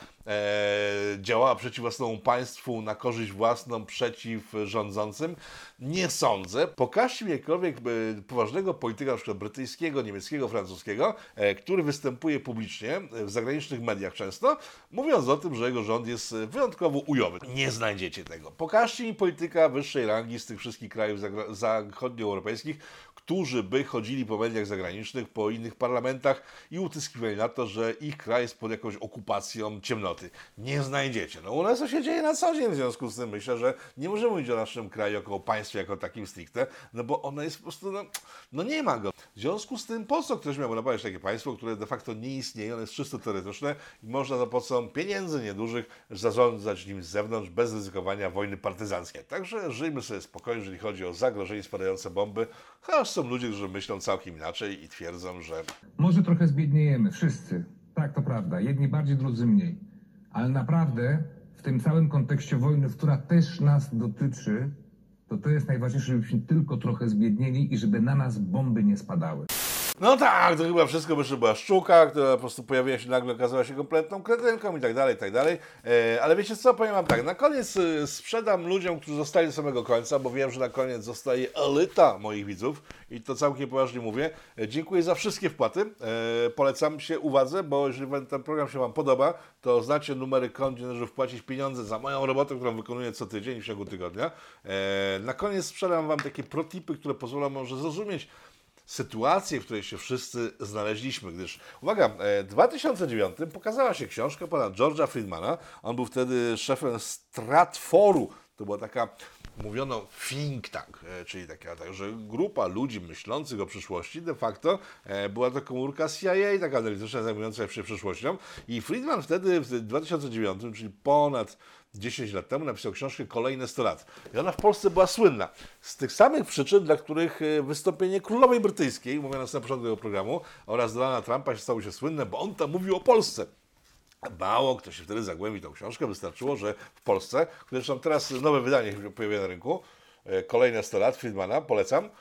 Speaker 2: e, działała przeciw własnemu państwu na korzyść własną, przeciw rządzącym? Nie sądzę. Pokażcie mi jakiegokolwiek e, poważnego polityka, na przykład brytyjskiego, niemieckiego, francuskiego, e, który występuje publicznie w zagranicznych mediach często, mówiąc o tym, że jego rząd jest wyjątkowo ujowy. Nie znajdziecie tego. Pokażcie mi polityka wyższej rangi z tych wszystkich krajów zachodnioeuropejskich, którzy by chodzili po mediach zagranicznych, po innych parlamentach i utyskiwali na to, że ich kraj jest pod jakąś okupacją ciemnoty. Nie znajdziecie. No u nas to się dzieje na co dzień, w związku z tym myślę, że nie możemy mówić o naszym kraju jako o państwie, jako takim stricte, no bo ono jest po prostu, no, no nie ma go. W związku z tym, po co ktoś miałby napaść takie państwo, które de facto nie istnieje, ono jest czysto teoretyczne i można za pomocą pieniędzy niedużych zarządzać nim z zewnątrz, bez ryzykowania wojny partyzanckiej. Także żyjmy sobie spokojnie, jeżeli chodzi o zagrożenie, spadające bomby, chociaż są ludzie, którzy myślą całkiem inaczej i twierdzą, że...
Speaker 9: Może trochę zbiedniejemy, wszyscy. Tak, to prawda. Jedni bardziej, drudzy mniej. Ale naprawdę w tym całym kontekście wojny, która też nas dotyczy, to to jest najważniejsze, żebyśmy tylko trochę zbiednieli i żeby na nas bomby nie spadały.
Speaker 2: No tak, to chyba wszystko, bo jeszcze była szczuka, która po prostu pojawiła się nagle, okazała się kompletną kretynką i tak dalej, i tak dalej. E, ale wiecie co, powiem wam tak, na koniec e, sprzedam ludziom, którzy zostali do samego końca, bo wiem, że na koniec zostaje elita moich widzów i to całkiem poważnie mówię. E, dziękuję za wszystkie wpłaty, e, polecam się uwadze, bo jeżeli ten program się wam podoba, to znacie numery kont, gdzie należy wpłacić pieniądze za moją robotę, którą wykonuję co tydzień w ciągu tygodnia. E, na koniec sprzedam wam takie protipy, które pozwolą może zrozumieć sytuację, w której się wszyscy znaleźliśmy, gdyż, uwaga, w dwa tysiące dziewiątym pokazała się książka pana George'a Friedmana, on był wtedy szefem Stratforu, to była taka, mówiono think tank, czyli taka także grupa ludzi myślących o przyszłości, de facto była to komórka C I A, taka analityczna, zajmująca się przyszłością i Friedman wtedy w dwa tysiące dziewiątym, czyli ponad dziesięć lat temu, napisał książkę Kolejne sto lat. I ona w Polsce była słynna. Z tych samych przyczyn, dla których wystąpienie królowej brytyjskiej, mówiono na początku tego programu, oraz Donalda Trumpa stało się słynne, bo on tam mówił o Polsce. Mało kto się wtedy zagłębił tą książkę, wystarczyło, że w Polsce, które zresztą teraz nowe wydanie się pojawia na rynku, Kolejne sto lat Friedmana, polecam,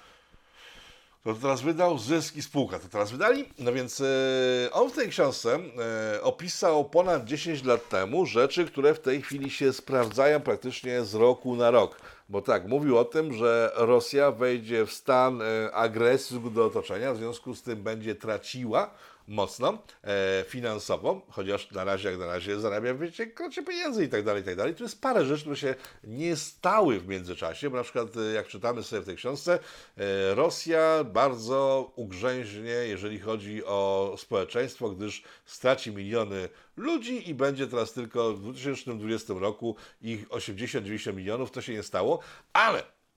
Speaker 2: to teraz wydał Zysk i Spółka, to teraz wydali. No więc e, on w tej książce e, opisał ponad dziesięć lat temu rzeczy, które w tej chwili się sprawdzają praktycznie z roku na rok. Bo tak, mówił o tym, że Rosja wejdzie w stan e, agresji do otoczenia, w związku z tym będzie traciła mocno e, finansowo, chociaż na razie, jak na razie zarabia, wiecie, krocie pieniędzy i tak dalej, i tak dalej. To jest parę rzeczy, które się nie stały w międzyczasie, bo na przykład, jak czytamy sobie w tej książce, e, Rosja bardzo ugrzęźnie, jeżeli chodzi o społeczeństwo, gdyż straci miliony ludzi i będzie teraz tylko w dwa tysiące dwudziestym roku ich osiemdziesiąt do dziewięćdziesięciu milionów, to się nie stało, ale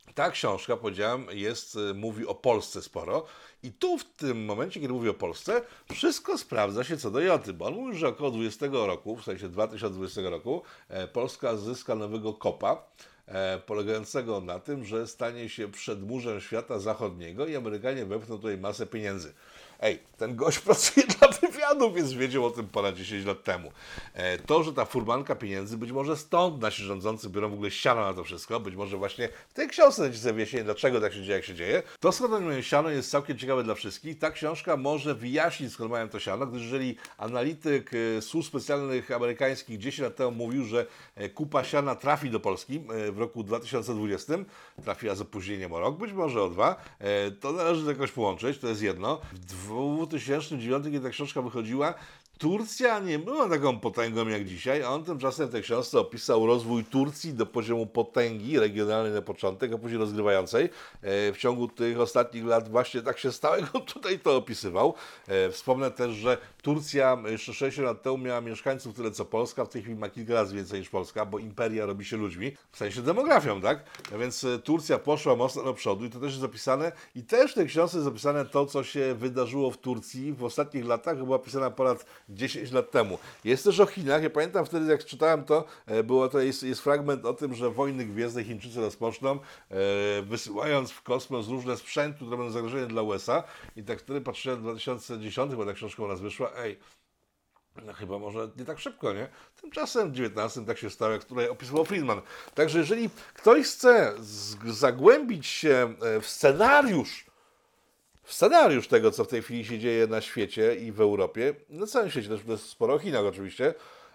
Speaker 2: Ta książka, powiedziałem, jest, mówi o Polsce sporo i tu w tym momencie, kiedy mówi o Polsce, wszystko sprawdza się co do joty, bo on mówi, że około dwudziestego roku, w sensie dwa tysiące dwudziestego roku, Polska zyska nowego kopa, polegającego na tym, że stanie się przedmurzem świata zachodniego i Amerykanie wepchną tutaj masę pieniędzy. Ej, ten gość pracuje dla wywiadów, więc wiedział o tym ponad dziesięć lat temu. E, to, że ta furmanka pieniędzy, być może stąd nasi rządzący biorą w ogóle siano na to wszystko, być może właśnie w tej książce będzie sobie wyjaśnienie, dlaczego tak się dzieje, jak się dzieje. To, skąd oni mają siano, jest całkiem ciekawe dla wszystkich. Ta książka może wyjaśnić, skąd mają to siano, gdyż jeżeli analityk e, służb specjalnych amerykańskich dziesięć lat temu mówił, że e, kupa siana trafi do Polski e, w roku dwa tysiące dwudziestym, trafiła z opóźnieniem o rok, być może o dwa, e, to należy to jakoś połączyć, to jest jedno. W dwa tysiące dziewiątym, kiedy ta książka wychodziła, Turcja nie była taką potęgą jak dzisiaj, a on tymczasem w tej książce opisał rozwój Turcji do poziomu potęgi regionalnej na początek, a później rozgrywającej. W ciągu tych ostatnich lat właśnie tak się stało, jak on tutaj to opisywał. Wspomnę też, że Turcja jeszcze sześćdziesiąt lat temu miała mieszkańców tyle co Polska, w tej chwili ma kilka razy więcej niż Polska, bo imperia robi się ludźmi, w sensie demografią, tak? A więc Turcja poszła mocno do przodu i to też jest zapisane. I też w tej książce jest zapisane to, co się wydarzyło w Turcji w ostatnich latach, była pisana ponad dziesięć lat temu. Jest też o Chinach. Ja pamiętam wtedy, jak czytałem to, było to jest, jest fragment o tym, że wojny gwiezdne Chińczycy rozpoczną, e, wysyłając w kosmos różne sprzęty, które będą zagrożeniem dla U S A. I tak wtedy patrzyłem w dwa tysiące dziesiątym, bo ta książka u nas wyszła, ej, no chyba może nie tak szybko, nie? Tymczasem w dziewiętnastym tak się stało, jak tutaj opisywał Friedman. Także jeżeli ktoś chce zagłębić się w scenariusz, w scenariusz tego, co w tej chwili się dzieje na świecie i w Europie, na całym świecie, też jest sporo o Chinach oczywiście,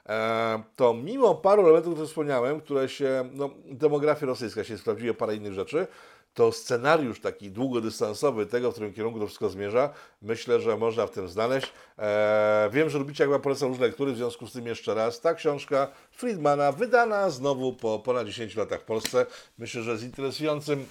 Speaker 2: to mimo paru elementów, które wspomniałem, które się, no, demografia rosyjska się sprawdziła, parę innych rzeczy, to scenariusz taki długodystansowy tego, w którym kierunku to wszystko zmierza, myślę, że można w tym znaleźć. Eee, wiem, że lubicie, jak wam polecam różne lektury, w związku z tym jeszcze raz ta książka Friedmana, wydana znowu po ponad dziesięciu latach w Polsce. Myślę, że z interesującym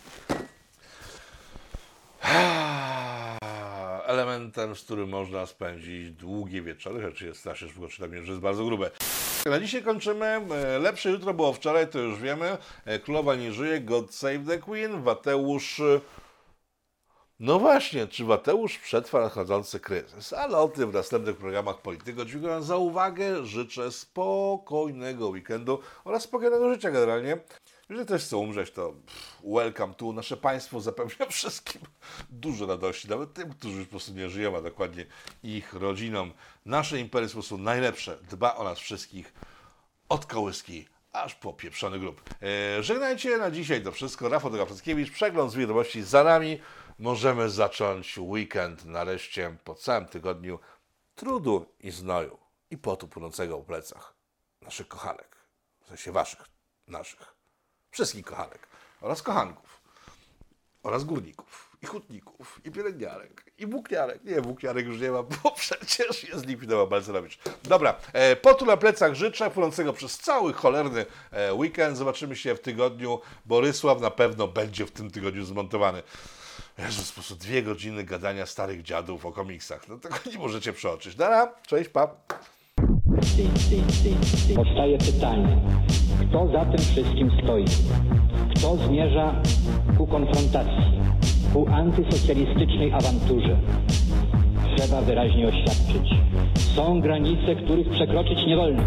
Speaker 2: elementem, z którym można spędzić długie wieczory, rzeczy jest strasznie szybko czytam, że jest bardzo grube. Na dzisiaj kończymy. Lepsze jutro było wczoraj, to już wiemy. Królowa nie żyje, God Save the Queen, Wateusz... No właśnie, czy Wateusz przetrwa nadchodzący kryzys? Ale o tym w następnych programach Polityko. Dziękuję za uwagę, życzę spokojnego weekendu oraz spokojnego życia generalnie. Jeżeli ktoś chce umrzeć, to pff, welcome tu. Nasze państwo zapewnia wszystkim dużo radości, nawet tym, którzy po prostu nie żyją, a dokładnie ich rodzinom. Nasze imperium jest po prostu najlepsze, dba o nas wszystkich od kołyski aż po pieprzony grób. Eee, żegnajcie, na dzisiaj to wszystko. Rafał Drapeckiewicz, przegląd z wiadomości za nami. Możemy zacząć weekend nareszcie po całym tygodniu trudu i znoju i potu płynącego po plecach naszych kochanek, w sensie waszych, naszych. Wszystkich kochanek oraz kochanków oraz górników i hutników i pielęgniarek i włókniarek. Nie, włókniarek już nie ma, bo przecież je zlikwidował Balcerowicz. Dobra, e, potu na plecach życzę, płynącego przez cały cholerny e, weekend. Zobaczymy się w tygodniu. Borysław na pewno będzie w tym tygodniu zmontowany. Jezus, po prostu dwie godziny gadania starych dziadów o komiksach. No tego nie możecie przeoczyć. Dara, cześć, pa.
Speaker 10: Powstaje pytanie, kto za tym wszystkim stoi? Kto zmierza ku konfrontacji, ku antysocjalistycznej awanturze? Trzeba wyraźnie oświadczyć. Są granice, których przekroczyć nie wolno.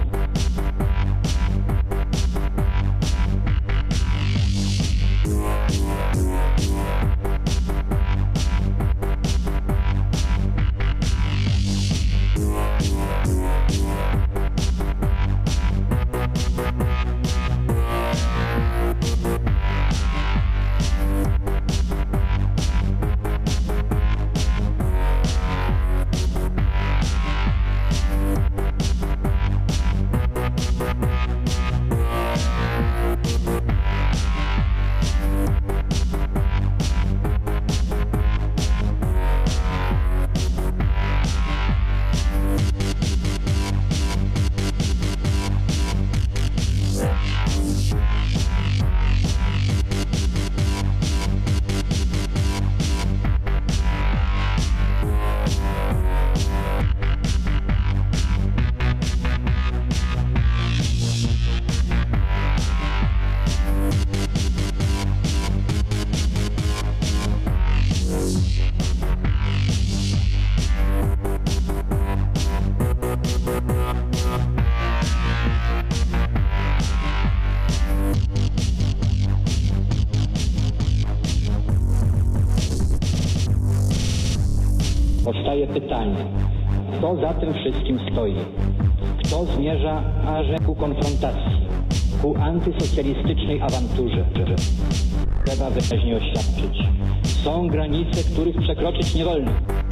Speaker 10: Powstaje pytanie, kto za tym wszystkim stoi? Kto zmierza aż ku konfrontacji, ku antysocjalistycznej awanturze? Trzeba wyraźnie oświadczyć. Są granice, których przekroczyć nie wolno.